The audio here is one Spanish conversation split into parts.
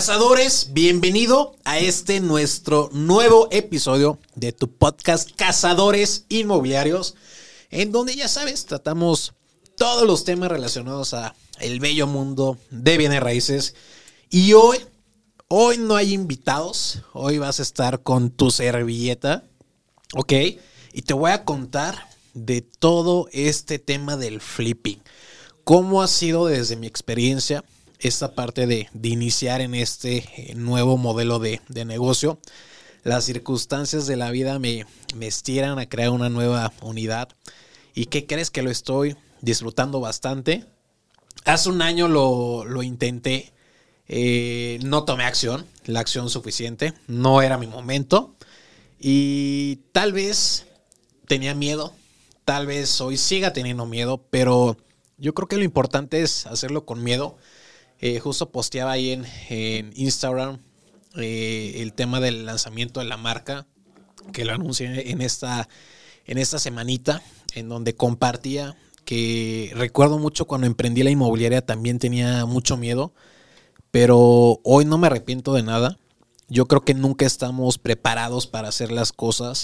Cazadores, bienvenido a nuestro nuevo episodio de tu podcast Cazadores Inmobiliarios, en donde ya sabes, tratamos todos los temas relacionados a el bello mundo de bienes raíces. Y hoy no hay invitados, hoy vas a estar con tu servilleta, ¿ok? Y te voy a contar de todo este tema del flipping. ¿Cómo ha sido desde mi experiencia esta parte de iniciar en este nuevo modelo de negocio? Las circunstancias de la vida me estiran a crear una nueva unidad. ¿Y qué crees? Que lo estoy disfrutando bastante. Hace un año lo intenté. No tomé la acción suficiente. No era mi momento. Y tal vez tenía miedo. Tal vez hoy siga teniendo miedo. Pero yo creo que lo importante es hacerlo con miedo. Justo posteaba ahí en Instagram el tema del lanzamiento de la marca, que lo anuncié en esta semanita, en donde compartía que recuerdo mucho cuando emprendí la inmobiliaria, también tenía mucho miedo, pero hoy no me arrepiento de nada. Yo creo que nunca estamos preparados para hacer las cosas,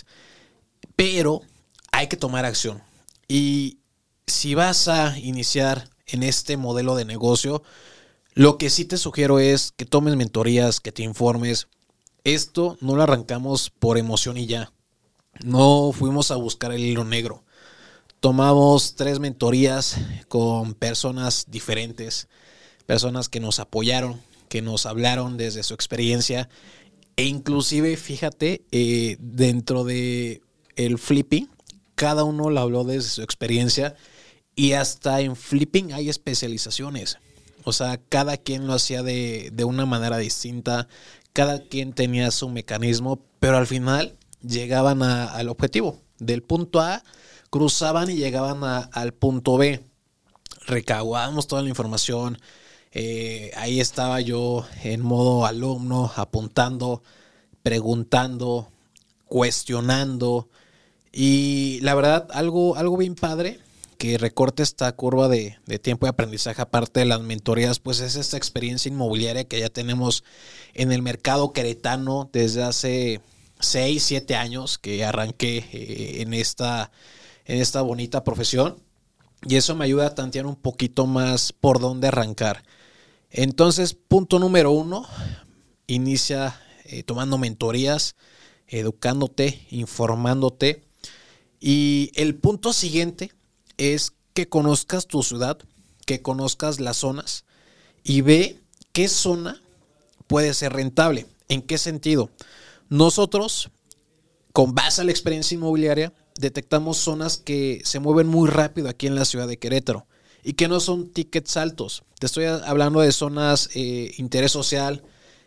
pero hay que tomar acción. Y si vas a iniciar en este modelo de negocio, lo que sí te sugiero es que tomes mentorías, que te informes. Esto no lo arrancamos por emoción y ya. No fuimos a buscar el hilo negro. Tomamos 3 mentorías con personas diferentes, personas que nos apoyaron, que nos hablaron desde su experiencia. E inclusive, fíjate, dentro de el flipping, cada uno lo habló desde su experiencia. Y hasta en flipping hay especializaciones. O sea, cada quien lo hacía de una manera distinta, cada quien tenía su mecanismo, pero al final llegaban al objetivo. Del punto A, cruzaban y llegaban al punto B. Recaudamos toda la información. Ahí estaba yo en modo alumno, apuntando, preguntando, cuestionando. Y la verdad, algo bien padre que recorte esta curva de tiempo de aprendizaje, aparte de las mentorías, pues es esta experiencia inmobiliaria que ya tenemos en el mercado queretano desde hace 6, 7 años que arranqué en esta bonita profesión, y eso me ayuda a tantear un poquito más por dónde arrancar. Entonces, punto número 1, inicia tomando mentorías, educándote, informándote. Y el punto siguiente es que conozcas tu ciudad, que conozcas las zonas y ve qué zona puede ser rentable. ¿En qué sentido? Nosotros, con base a la experiencia inmobiliaria, detectamos zonas que se mueven muy rápido aquí en la ciudad de Querétaro y que no son tickets altos. Te estoy hablando de zonas interés social,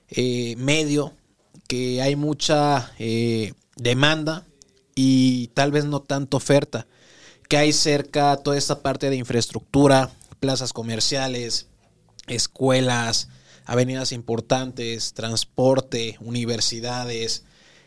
medio, que hay mucha demanda y tal vez no tanta oferta, que hay cerca toda esta parte de infraestructura, plazas comerciales, escuelas, avenidas importantes, transporte, universidades.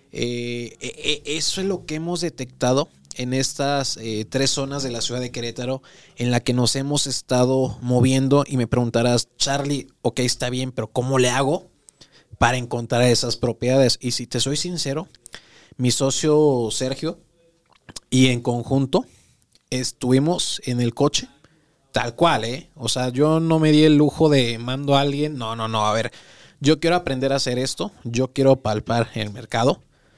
Eso es lo que hemos detectado en estas 3 zonas de la ciudad de Querétaro en la que nos hemos estado moviendo. Y me preguntarás, Charlie, ok, está bien, pero ¿cómo le hago para encontrar esas propiedades? Y si te soy sincero, mi socio Sergio y en conjunto estuvimos en el coche, tal cual, O sea, yo no me di el lujo de mando a alguien. No, a ver, yo quiero aprender a hacer esto, yo quiero palpar el mercado,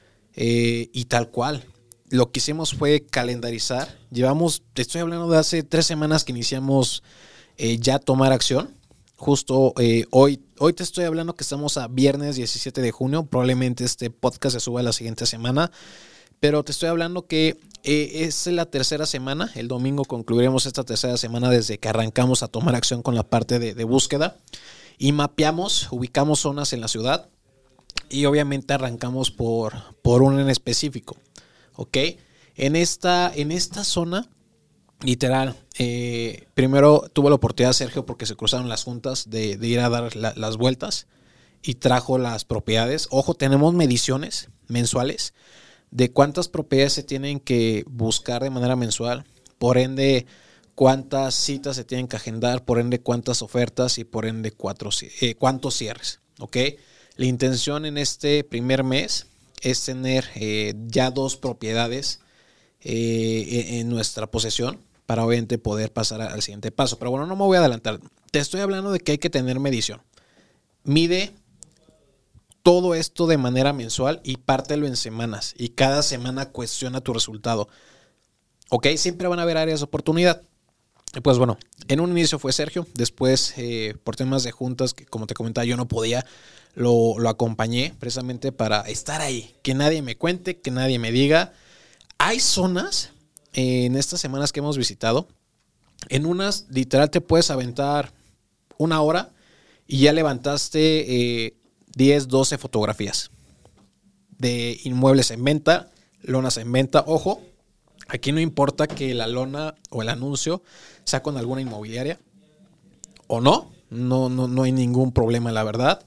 y tal cual. Lo que hicimos fue calendarizar. Te estoy hablando de hace 3 semanas que iniciamos ya a tomar acción. Justo hoy te estoy hablando que estamos a viernes 17 de junio, probablemente este podcast se suba la siguiente semana. Pero te estoy hablando que es la 3ª semana. El domingo concluiremos esta 3ª semana desde que arrancamos a tomar acción con la parte de búsqueda. Y mapeamos, ubicamos zonas en la ciudad. Y obviamente arrancamos por una en específico. ¿Ok? En esta zona, literal, primero tuvo la oportunidad Sergio, porque se cruzaron las juntas, de ir a dar las vueltas. Y trajo las propiedades. Ojo, tenemos mediciones mensuales de cuántas propiedades se tienen que buscar de manera mensual, por ende cuántas citas se tienen que agendar, por ende cuántas ofertas y por ende cuántos cierres. ¿ok? La intención en este primer mes es tener ya 2 propiedades en nuestra posesión para obviamente poder pasar al siguiente paso. Pero bueno, no me voy a adelantar. Te estoy hablando de que hay que tener medición. Mide todo esto de manera mensual y pártelo en semanas. Y cada semana cuestiona tu resultado. ¿Ok? Siempre van a haber áreas de oportunidad. Pues bueno, en un inicio fue Sergio. Después, por temas de juntas, que como te comentaba, yo no podía, lo acompañé precisamente para estar ahí. Que nadie me cuente, que nadie me diga. Hay zonas en estas semanas que hemos visitado. En unas, literal, te puedes aventar 1 hora y ya levantaste 10, 12 fotografías de inmuebles en venta, lonas en venta. Ojo, aquí no importa que la lona o el anuncio sea con alguna inmobiliaria o no hay ningún problema, la verdad.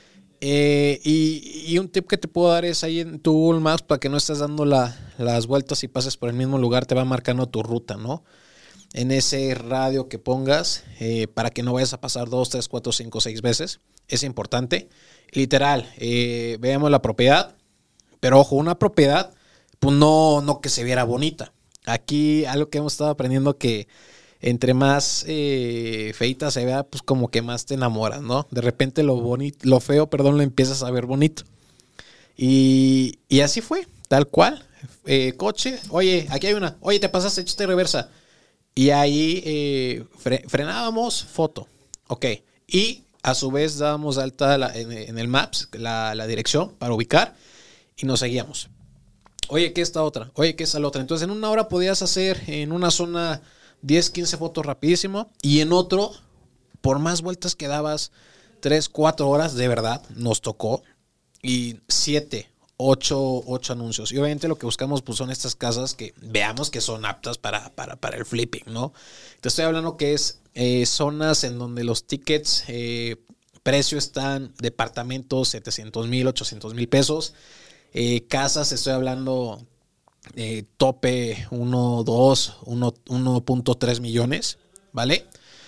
Y un tip que te puedo dar es ahí en tu Google Maps, para que no estés dando las vueltas y pases por el mismo lugar, te va marcando tu ruta, ¿no? En ese radio que pongas, para que no vayas a pasar 2, 3, 4, 5, 6 veces. Es importante. Literal, veamos la propiedad. Pero ojo, una propiedad, pues no que se viera bonita. Aquí algo que hemos estado aprendiendo, que entre más feita se vea, pues como que más te enamoras, ¿no? De repente lo feo, lo empiezas a ver bonito. Y así fue, tal cual. Coche, oye, aquí hay una. Oye, te pasaste, échate reversa. Y ahí frenábamos, foto. Ok. Y a su vez dábamos alta en el Maps, la dirección para ubicar. Y nos seguíamos. Oye, ¿qué es esta otra? Oye, ¿qué es la otra? Entonces en 1 hora podías hacer en una zona 10, 15 fotos rapidísimo. Y en otro, por más vueltas que dabas, 3, 4 horas, de verdad, nos tocó. Y 7, 8 anuncios. Y obviamente lo que buscamos, pues, son estas casas que veamos que son aptas para el flipping, ¿no? Te estoy hablando que es zonas en donde los tickets, precio están departamentos 700,000, 800,000 pesos. Casas, estoy hablando tope 1, 2, 1.3 millones, ¿vale?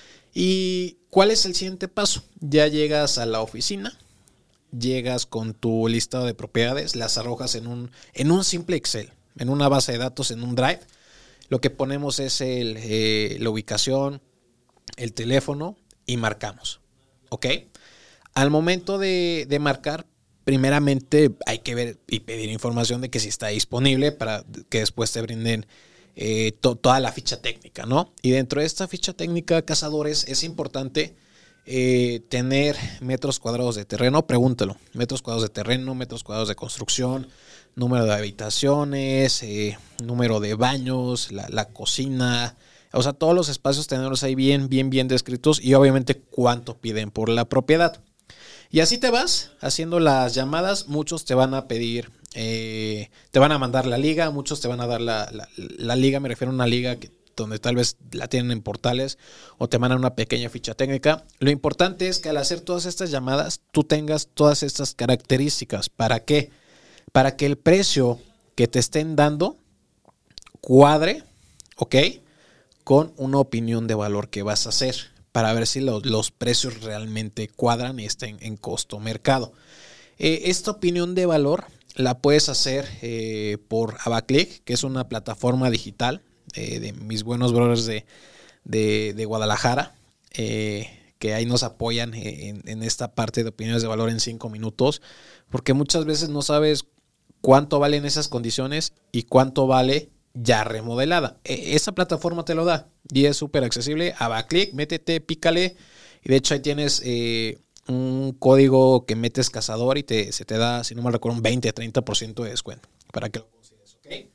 ¿Y cuál es el siguiente paso? Ya llegas a la oficina, llegas con tu listado de propiedades, las arrojas en un simple Excel, en una base de datos, en un Drive. Lo que ponemos es la ubicación, el teléfono y marcamos, ¿ok? Al momento de marcar, primeramente hay que ver y pedir información de que si está disponible, para que después te brinden toda la ficha técnica, ¿no? Y dentro de esta ficha técnica, cazadores, es importante tener metros cuadrados de terreno. Pregúntalo: metros cuadrados de terreno, metros cuadrados de construcción, número de habitaciones, número de baños, la cocina. O sea, todos los espacios, tenerlos ahí bien descritos, y obviamente cuánto piden por la propiedad. Y así te vas haciendo las llamadas. Muchos te van a pedir, te van a mandar la liga, muchos te van a dar la liga. Me refiero a una liga donde tal vez la tienen en portales, o te mandan una pequeña ficha técnica. Lo importante es que al hacer todas estas llamadas, tú tengas todas estas características. ¿Para qué? Para que el precio que te estén dando cuadre, ¿ok?, con una opinión de valor que vas a hacer, para ver si los precios realmente cuadran y estén en costo mercado. Esta opinión de valor la puedes hacer por Avaclick, que es una plataforma digital de mis buenos brothers de Guadalajara, que ahí nos apoyan en esta parte de opiniones de valor en 5 minutos, porque muchas veces no sabes cuánto valen esas condiciones y cuánto vale ya remodelada. Esa plataforma te lo da y es súper accesible. Avaclick, métete, pícale, y de hecho ahí tienes un código que metes cazador y se te da, si no mal recuerdo, un 20-30% de descuento para que lo consideres, ¿ok?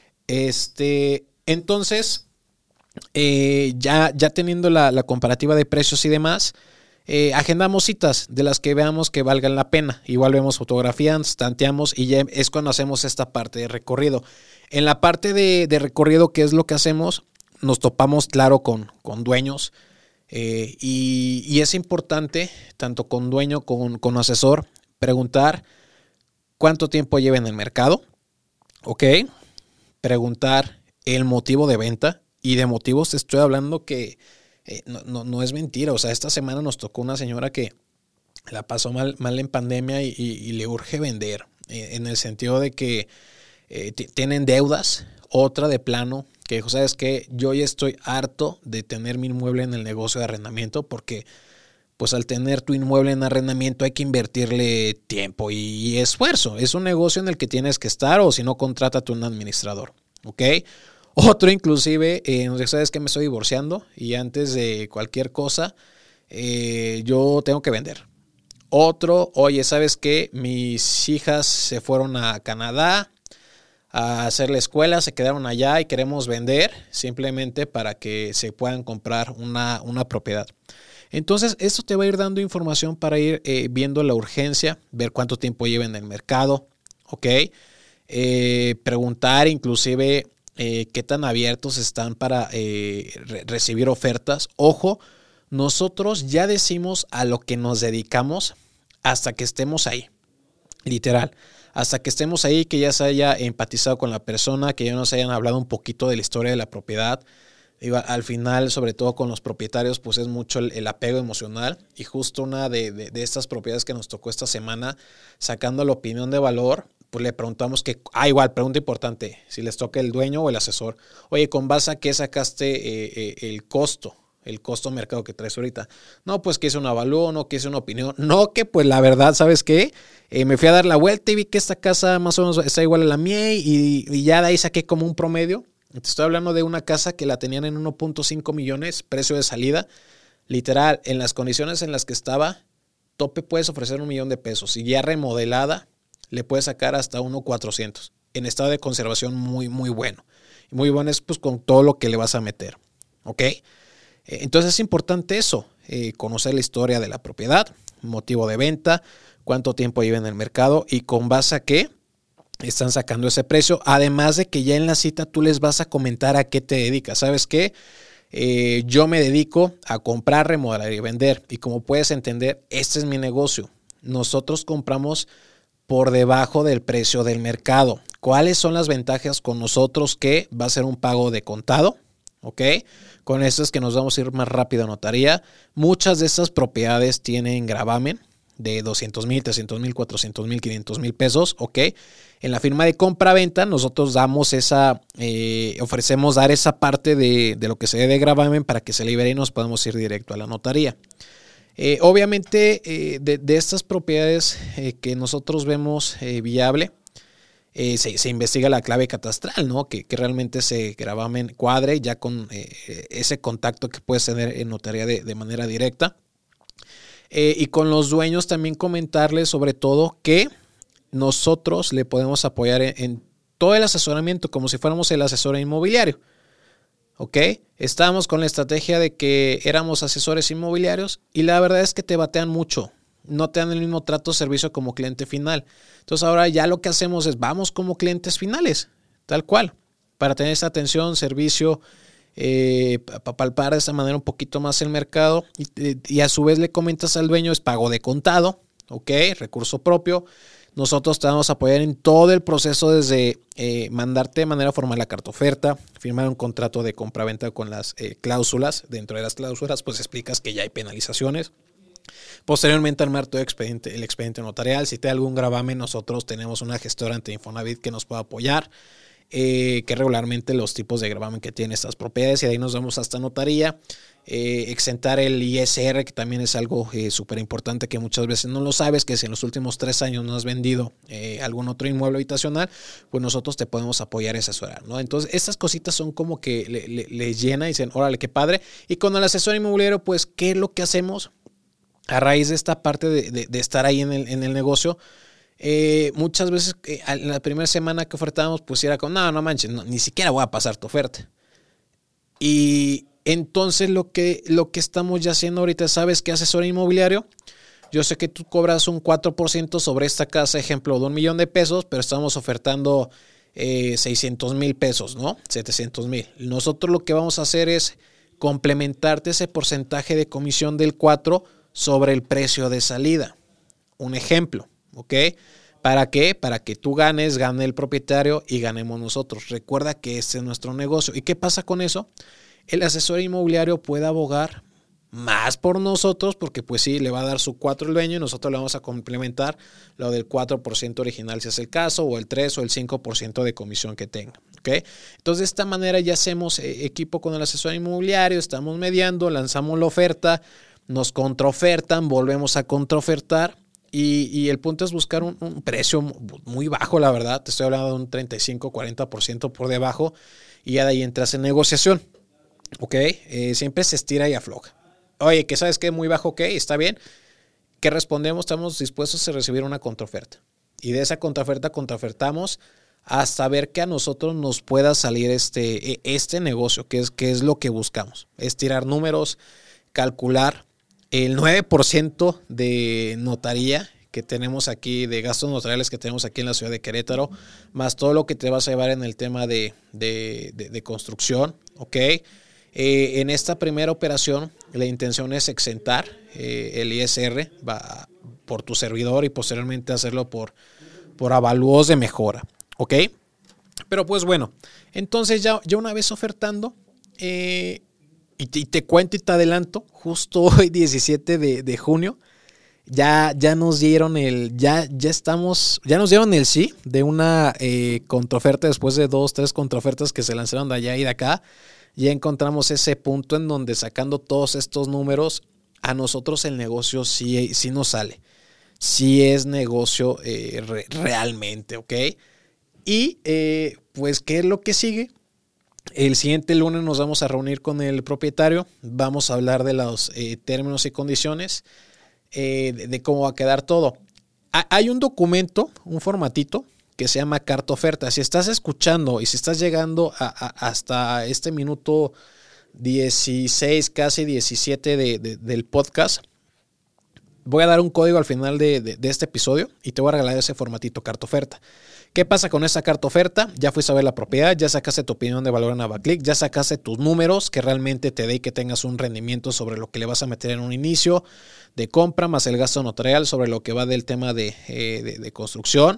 Entonces, ya teniendo la comparativa de precios y demás, agendamos citas de las que veamos que valgan la pena. Igual vemos fotografías, tanteamos, y ya es cuando hacemos esta parte de recorrido. En la parte de recorrido, ¿qué es lo que hacemos? Nos topamos, claro, con dueños, y es importante, tanto con dueño como con asesor, preguntar cuánto tiempo lleva en el mercado, ¿ok? Preguntar el motivo de venta, y de motivos te estoy hablando que no es mentira. O sea, esta semana nos tocó una señora que la pasó mal en pandemia y le urge vender, en el sentido de que tienen deudas, otra de plano, que dijo, ¿sabes qué? Yo ya estoy harto de tener mi inmueble en el negocio de arrendamiento porque pues al tener tu inmueble en arrendamiento hay que invertirle tiempo y esfuerzo. Es un negocio en el que tienes que estar o si no, contrátate un administrador, ¿ok? Otro inclusive nos dice, ¿sabes qué? Me estoy divorciando y antes de cualquier cosa yo tengo que vender. Otro, oye, ¿sabes qué? Mis hijas se fueron a Canadá a hacer la escuela, se quedaron allá y queremos vender simplemente para que se puedan comprar una propiedad. Entonces, esto te va a ir dando información para ir viendo la urgencia, ver cuánto tiempo lleva en el mercado, ¿ok? Preguntar inclusive qué tan abiertos están para recibir ofertas. Ojo, nosotros ya decimos a lo que nos dedicamos hasta que estemos ahí, literal. Hasta que estemos ahí, que ya se haya empatizado con la persona, que ya nos hayan hablado un poquito de la historia de la propiedad. Al final, sobre todo con los propietarios, pues es mucho el apego emocional. Y justo una de estas propiedades que nos tocó esta semana, sacando la opinión de valor, pues le preguntamos que, igual, pregunta importante, si les toca el dueño o el asesor. Oye, ¿con base a qué sacaste el costo mercado que traes ahorita? No, pues que hice un avalúo, no que hice una opinión. No, que pues la verdad, ¿sabes qué? Me fui a dar la vuelta y vi que esta casa más o menos está igual a la mía y ya de ahí saqué como un promedio. Te estoy hablando de una casa que la tenían en 1.5 millones, precio de salida. Literal, en las condiciones en las que estaba, tope puedes ofrecer $1 millón. Y ya remodelada, le puedes sacar hasta 1.400. En estado de conservación muy, muy bueno. Y muy bueno es pues con todo lo que le vas a meter. ¿Ok? Entonces es importante eso, conocer la historia de la propiedad, motivo de venta, cuánto tiempo lleva en el mercado y con base a qué están sacando ese precio. Además de que ya en la cita tú les vas a comentar a qué te dedicas. ¿Sabes qué? Yo me dedico a comprar, remodelar y vender. Y como puedes entender, este es mi negocio. Nosotros compramos por debajo del precio del mercado. ¿Cuáles son las ventajas con nosotros? Que va a ser un pago de contado. ¿Ok? Con esto es que nos vamos a ir más rápido a notaría. Muchas de estas propiedades tienen gravamen de 200,000, 300,000, 400,000, 500,000 pesos, ¿ok? En la firma de compra-venta nosotros damos ofrecemos dar esa parte de lo que se dé de gravamen para que se libere y nos podamos ir directo a la notaría. Obviamente de estas propiedades que nosotros vemos viable, se investiga la clave catastral, ¿no? Que realmente ese gravamen cuadre ya con ese contacto que puedes tener en notaría de manera directa. Y con los dueños también comentarles sobre todo que nosotros le podemos apoyar en todo el asesoramiento como si fuéramos el asesor inmobiliario. ¿Ok? Estábamos con la estrategia de que éramos asesores inmobiliarios y la verdad es que te batean mucho. No te dan el mismo trato o servicio como cliente final. Entonces ahora ya lo que hacemos es vamos como clientes finales, tal cual, para tener esa atención, servicio, para palpar de esta manera un poquito más el mercado y a su vez le comentas al dueño es pago de contado, ¿ok? Recurso propio. Nosotros te vamos a apoyar en todo el proceso desde mandarte de manera formal la carta oferta, firmar un contrato de compra-venta con las cláusulas. Dentro de las cláusulas pues explicas que ya hay penalizaciones. Posteriormente armar todo el expediente notarial. Si te da algún gravamen, nosotros tenemos una gestora ante Infonavit que nos puede apoyar, que regularmente los tipos de gravamen que tienen estas propiedades y de ahí nos vamos hasta notaría. Exentar el ISR, que también es algo súper importante que muchas veces no lo sabes, que si en los últimos 3 años no has vendido algún otro inmueble habitacional, pues nosotros te podemos apoyar y asesorar, ¿no? Entonces estas cositas son como que les llena y dicen, órale, qué padre. Y con el asesor inmobiliario, pues, ¿qué es lo que hacemos? A raíz de esta parte de estar ahí en el negocio, muchas veces en la primera semana que ofertábamos, pues era como, no manches, ni siquiera voy a pasar tu oferta. Y entonces lo que estamos ya haciendo ahorita, ¿sabes qué, asesor inmobiliario? Yo sé que tú cobras un 4% sobre esta casa, ejemplo, de $1 millón, pero estamos ofertando 600,000 pesos, ¿no? 700,000. Nosotros lo que vamos a hacer es complementarte ese porcentaje de comisión del 4% sobre el precio de salida. Un ejemplo, ¿ok? ¿Para qué? Para que tú gane el propietario y ganemos nosotros. Recuerda que este es nuestro negocio. ¿Y qué pasa con eso? El asesor inmobiliario puede abogar más por nosotros, porque pues sí, le va a dar su 4 el dueño y nosotros le vamos a complementar lo del 4% original si es el caso, o el 3 o el 5% de comisión que tenga. ¿Okay? Entonces de esta manera ya hacemos equipo con el asesor inmobiliario, estamos mediando, lanzamos la oferta, nos contraofertan, volvemos a contraofertar y el punto es buscar un precio muy bajo, la verdad, te estoy hablando de un 35-40% por debajo y ya de ahí entras en negociación. ¿Ok? Siempre se estira y afloja. Oye, que sabes que muy bajo, ok, está bien. ¿Qué respondemos? Estamos dispuestos a recibir una contraoferta. Y de esa contraofertamos hasta ver que a nosotros nos pueda salir este negocio, que es lo que buscamos. Es tirar números, calcular el 9% de notaría que tenemos aquí, de gastos notariales que tenemos aquí en la ciudad de Querétaro, más todo lo que te vas a llevar en el tema de construcción, ¿ok? En esta primera operación, la intención es exentar el ISR por tu servidor y posteriormente hacerlo por avalúos de mejora, ¿ok? Pero pues bueno, entonces ya una vez ofertando, y te cuento y te adelanto, justo hoy 17 de junio, ya nos dieron ya nos dieron el sí de una contraoferta después de 2-3 contraofertas que se lanzaron de allá y de acá. Ya encontramos ese punto en donde sacando todos estos números, a nosotros el negocio sí nos sale. Sí es negocio realmente, ¿ok? Y pues, ¿qué es lo que sigue? El siguiente lunes nos vamos a reunir con el propietario. Vamos a hablar de los términos y condiciones, de cómo va a quedar todo. Hay un documento, un formatito, que se llama carta oferta. Si estás escuchando y si estás llegando hasta este minuto 16, casi 17 del podcast, voy a dar un código al final de este episodio y te voy a regalar ese formatito carta oferta. ¿Qué pasa con esa carta oferta? Ya fuiste a ver la propiedad, ya sacaste tu opinión de valor en Avaclick, ya sacaste tus números que realmente te dé y que tengas un rendimiento sobre lo que le vas a meter en un inicio de compra, más el gasto notarial sobre lo que va del tema de construcción.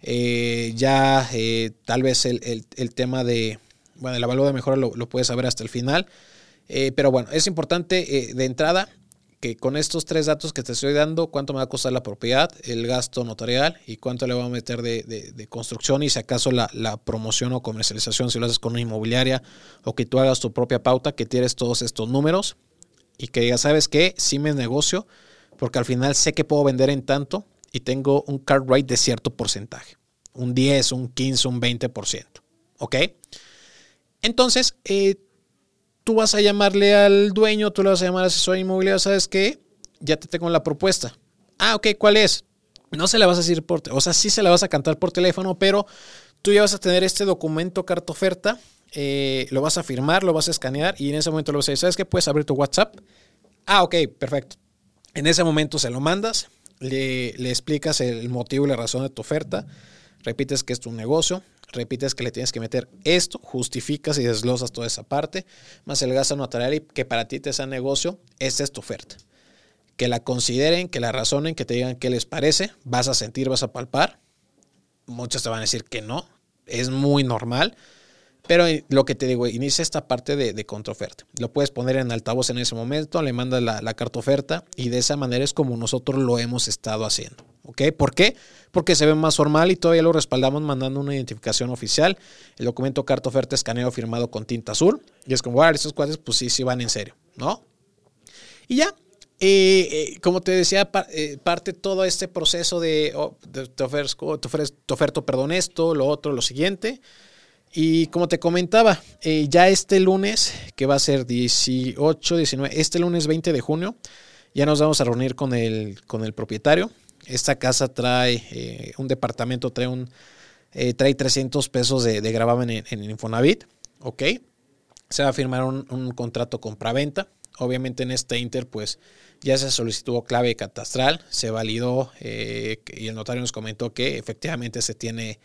Tal vez el tema de, bueno, el avalúo de mejora lo puedes saber hasta el final, pero bueno, es importante de entrada que con estos 3 datos que te estoy dando, cuánto me va a costar la propiedad, el gasto notarial y cuánto le voy a meter de construcción, y si acaso la promoción o comercialización, si lo haces con una inmobiliaria o que tú hagas tu propia pauta, que tienes todos estos números y que digas, ¿sabes qué? Sí me es negocio, porque al final sé que puedo vender en tanto y tengo un card rate de cierto porcentaje, un 10, un 15, un 20%, ¿ok? Entonces, tú vas a llamarle al dueño, tú le vas a llamar al asesor inmobiliario, ¿sabes qué? Ya te tengo la propuesta. Ah, ok, ¿cuál es? No se la vas a decir sí se la vas a cantar por teléfono, pero tú ya vas a tener este documento, carta oferta, lo vas a firmar, lo vas a escanear y en ese momento lo vas a decir, ¿sabes qué? Puedes abrir tu WhatsApp. Ah, ok, perfecto. En ese momento se lo mandas, le explicas el motivo y la razón de tu oferta, repites que es tu negocio, repites que le tienes que meter esto, justificas y desglosas toda esa parte, más el gasto notarial y que para ti te sea negocio, esta es tu oferta. Que la consideren, que la razonen, que te digan qué les parece, vas a sentir, vas a palpar. Muchos te van a decir que no, es muy normal, pero lo que te digo, inicia esta parte de contraoferta. Lo puedes poner en altavoz en ese momento, le mandas la carta oferta y de esa manera es como nosotros lo hemos estado haciendo. ¿Ok? ¿Por qué? Porque se ve más formal y todavía lo respaldamos mandando una identificación oficial. El documento carta oferta escaneado firmado con tinta azul. Y es como, estos cuates pues sí van en serio, ¿no? Y ya, como te decía, parte todo este proceso te oferto, perdón, esto, lo otro, lo siguiente. Y como te comentaba, ya este lunes, que va a ser 18, 19, este lunes 20 de junio, ya nos vamos a reunir con el propietario. Esta casa trae un departamento, trae 300 pesos de gravamen en Infonavit, ¿ok? Se va a firmar un contrato compraventa. Obviamente en este inter, pues ya se solicitó clave catastral, se validó y el notario nos comentó que efectivamente se tiene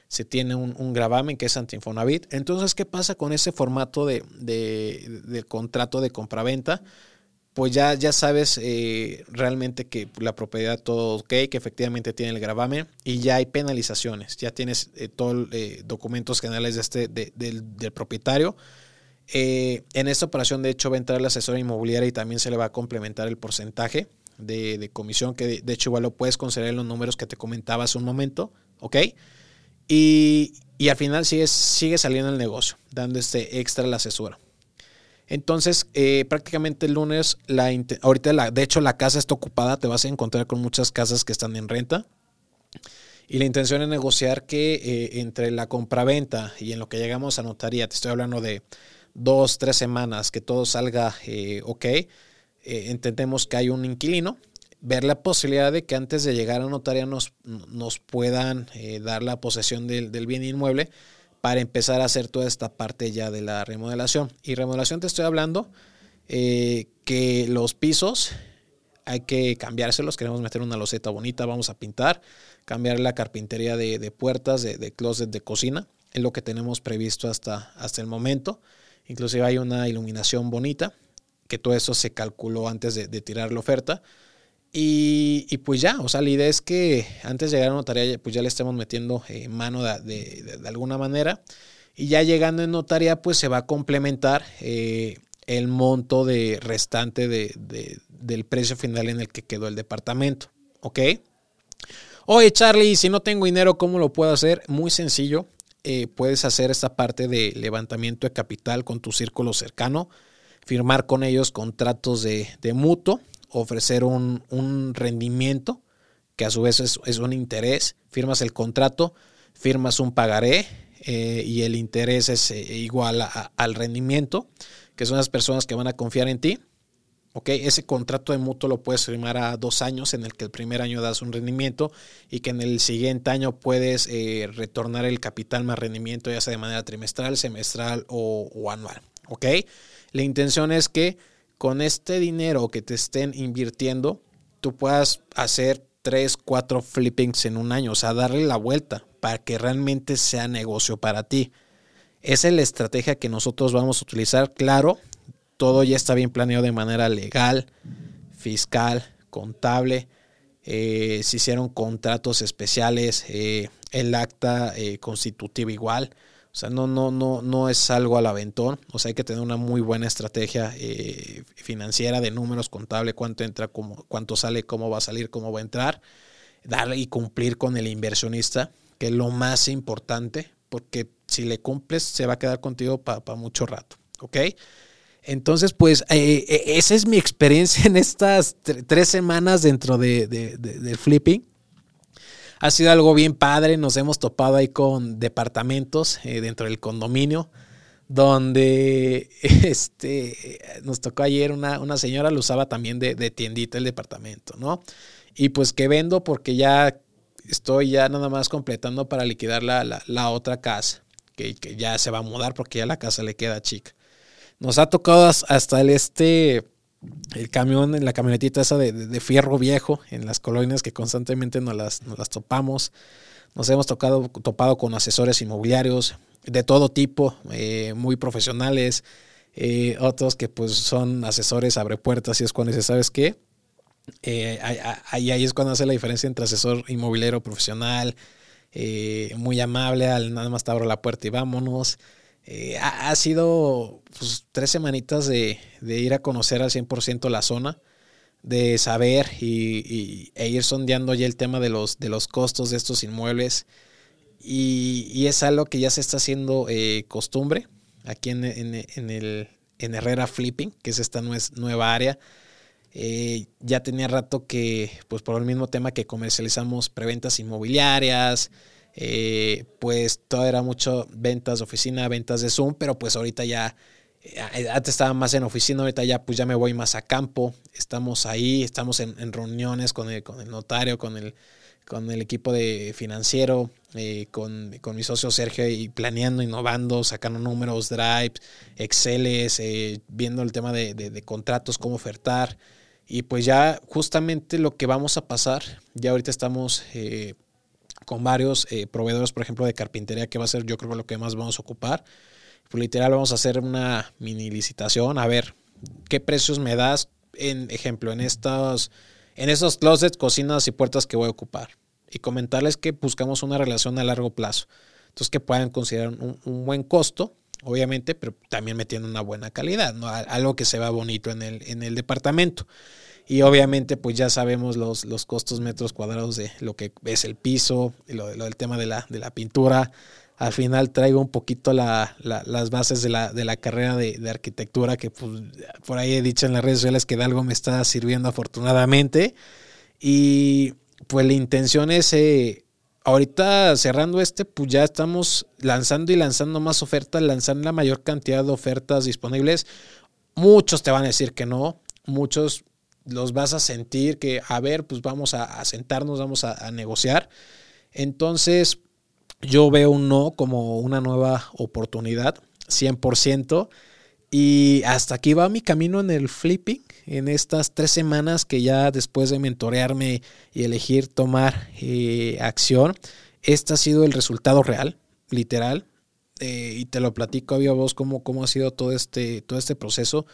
un gravamen que es anti-Infonavit. Entonces, ¿qué pasa con ese formato de contrato de compraventa? Pues ya sabes realmente que la propiedad todo ok, que efectivamente tiene el gravamen y ya hay penalizaciones. Ya tienes todos documentos generales del propietario En esta operación, de hecho, va a entrar la asesora inmobiliaria y también se le va a complementar el porcentaje de comisión, que de hecho igual lo puedes considerar en los números que te comentaba hace un momento, ¿ok? Y al final sigue saliendo el negocio, dando este extra a la asesora. Entonces, prácticamente el lunes, de hecho la casa está ocupada, te vas a encontrar con muchas casas que están en renta. Y la intención es negociar que entre la compraventa y en lo que llegamos a notaría, te estoy hablando de 2-3 semanas, que todo salga ok. Entendemos que hay un inquilino, ver la posibilidad de que antes de llegar a notaría nos puedan dar la posesión del bien inmueble para empezar a hacer toda esta parte ya de la remodelación. Y remodelación te estoy hablando que los pisos hay que cambiárselos, queremos meter una loseta bonita, vamos a pintar, cambiar la carpintería de puertas, de closet, de cocina, es lo que tenemos previsto hasta el momento. Inclusive hay una iluminación bonita, que todo eso se calculó antes de tirar la oferta. Y pues ya, o sea, la idea es que antes de llegar a notaría, pues ya le estemos metiendo mano de alguna manera. Y ya llegando en notaría, pues se va a complementar el monto de restante del precio final en el que quedó el departamento, ¿ok? Oye, Charlie, si no tengo dinero, ¿cómo lo puedo hacer? Muy sencillo. Puedes hacer esta parte de levantamiento de capital con tu círculo cercano, firmar con ellos contratos de mutuo, ofrecer un rendimiento, que a su vez es un interés, firmas el contrato, firmas un pagaré y el interés es igual al rendimiento, que son las personas que van a confiar en ti. Okay, ese contrato de mutuo lo puedes firmar a 2 años, en el que el primer año das un rendimiento y que en el siguiente año puedes retornar el capital más rendimiento, ya sea de manera trimestral, semestral o anual. Okay, la intención es que con este dinero que te estén invirtiendo, tú puedas hacer 3-4 flippings en un año, o sea, darle la vuelta para que realmente sea negocio para ti. Esa es la estrategia que nosotros vamos a utilizar, claro. Todo ya está bien planeado de manera legal, fiscal, contable. Se hicieron contratos especiales, el acta constitutiva igual. O sea, no es algo al aventón. O sea, hay que tener una muy buena estrategia financiera de números, contable, cuánto entra, cuánto sale, cómo va a salir, cómo va a entrar. Darle y cumplir con el inversionista, que es lo más importante, porque si le cumples se va a quedar contigo para mucho rato. ¿Ok? Entonces, pues, esa es mi experiencia en estas 3 semanas dentro del flipping. Ha sido algo bien padre. Nos hemos topado ahí con departamentos dentro del condominio, donde nos tocó ayer una señora, lo usaba también de tiendita el departamento, ¿no? Y pues que vendo porque ya estoy ya nada más completando para liquidar la otra casa, que ya se va a mudar porque ya la casa le queda chica. Nos ha tocado hasta el camión, en la camionetita esa de fierro viejo en las colonias que constantemente nos las topamos. Nos hemos topado con asesores inmobiliarios de todo tipo, muy profesionales, otros que pues son asesores abre puertas, y es cuando dice, ¿sabes qué? Ahí es cuando hace la diferencia entre asesor inmobiliario profesional, muy amable, nada más te abro la puerta y vámonos. Ha sido pues 3 semanitas de ir a conocer al 100% la zona, de saber e ir sondeando ya el tema de los costos de estos inmuebles, y es algo que ya se está haciendo costumbre aquí en Herrera Flipping, que es esta nueva área. Ya tenía rato que, pues por el mismo tema que comercializamos preventas inmobiliarias, pues todo era mucho ventas de oficina, ventas de Zoom, pero pues ahorita ya, antes estaba más en oficina, ahorita ya pues ya me voy más a campo. Estamos ahí, estamos en reuniones con el notario, con el equipo de financiero, con mi socio Sergio, y planeando, innovando, sacando números, drives, Exceles, viendo el tema de contratos, cómo ofertar. Y pues ya justamente lo que vamos a pasar, ya ahorita estamos con varios proveedores, por ejemplo, de carpintería, que va a ser, yo creo, lo que más vamos a ocupar. Pues literal vamos a hacer una mini licitación, a ver qué precios me das, en estos closets, cocinas y puertas que voy a ocupar, y comentarles que buscamos una relación a largo plazo, entonces que puedan considerar un buen costo obviamente, pero también metiendo una buena calidad, ¿no? Algo que se vea bonito en el departamento. Y obviamente pues ya sabemos los costos metros cuadrados de lo que es el piso, y lo del tema de la pintura. Al final traigo un poquito las bases de la carrera de arquitectura, que pues, por ahí he dicho en las redes sociales que de algo me está sirviendo afortunadamente. Y pues la intención es, ahorita cerrando pues ya estamos lanzando más ofertas, lanzando la mayor cantidad de ofertas disponibles. Muchos te van a decir que no, muchos los vas a sentir que, a ver, pues vamos a sentarnos, vamos a negociar. Entonces, yo veo un no como una nueva oportunidad, 100%. Y hasta aquí va mi camino en el flipping, en estas 3 semanas que ya después de mentorearme y elegir tomar acción, este ha sido el resultado real, literal. Y te lo platico a viva voz cómo ha sido todo este proceso.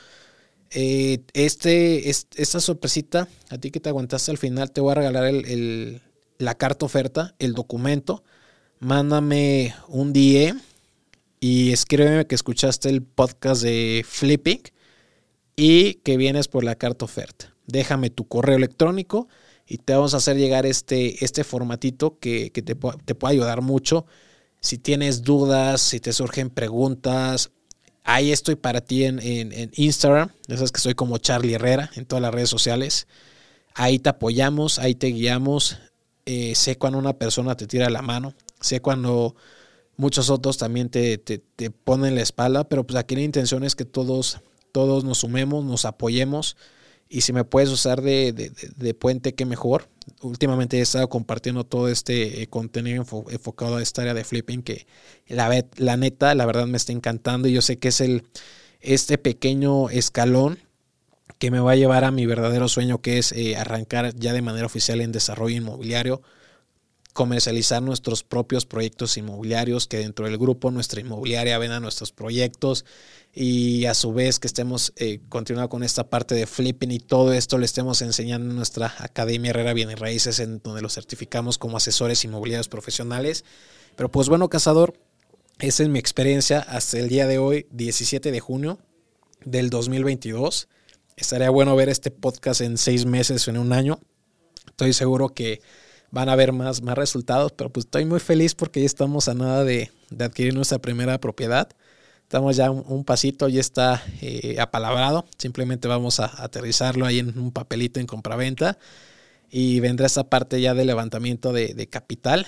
Esta sorpresita, a ti que te aguantaste al final, te voy a regalar la carta oferta, el documento. Mándame un DM y escríbeme que escuchaste el podcast de Flipping y que vienes por la carta oferta. Déjame tu correo electrónico y te vamos a hacer llegar este formatito que te puede ayudar mucho. Si tienes dudas, si te surgen preguntas, ahí estoy para ti en Instagram. Ya sabes que soy como Charlie Herrera en todas las redes sociales. Ahí te apoyamos, ahí te guiamos. Sé cuando una persona te tira la mano. Sé cuando muchos otros también te ponen la espalda, pero pues aquí la intención es que todos nos sumemos, nos apoyemos, y si me puedes usar de puente, qué mejor. Últimamente he estado compartiendo todo este contenido enfocado a esta área de flipping que la neta, la verdad me está encantando, y yo sé que es este pequeño escalón que me va a llevar a mi verdadero sueño, que es arrancar ya de manera oficial en desarrollo inmobiliario, comercializar nuestros propios proyectos inmobiliarios, que dentro del grupo nuestra inmobiliaria venda nuestros proyectos, y a su vez que estemos continuando con esta parte de flipping, y todo esto le estemos enseñando en nuestra Academia Herrera Bienes Raíces, en donde los certificamos como asesores inmobiliarios profesionales. Pero pues bueno, cazador, esa es mi experiencia hasta el día de hoy, 17 de junio del 2022. Estaría bueno ver este podcast en 6 meses o en un año. Estoy seguro que van a haber más resultados, pero pues estoy muy feliz porque ya estamos a nada de adquirir nuestra primera propiedad. Estamos ya un pasito, ya está apalabrado. Simplemente vamos a aterrizarlo ahí en un papelito en compraventa, y vendrá esa parte ya de levantamiento de capital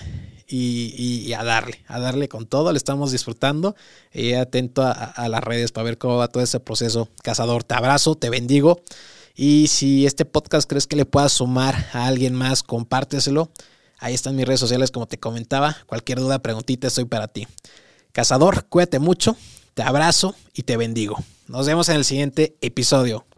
y a darle con todo. Le estamos disfrutando, y atento a las redes para ver cómo va todo ese proceso. Cazador, te abrazo, te bendigo. Y si este podcast crees que le pueda sumar a alguien más, compárteselo. Ahí están mis redes sociales, como te comentaba. Cualquier duda, preguntita, estoy para ti. Cazador, cuídate mucho, te abrazo y te bendigo. Nos vemos en el siguiente episodio.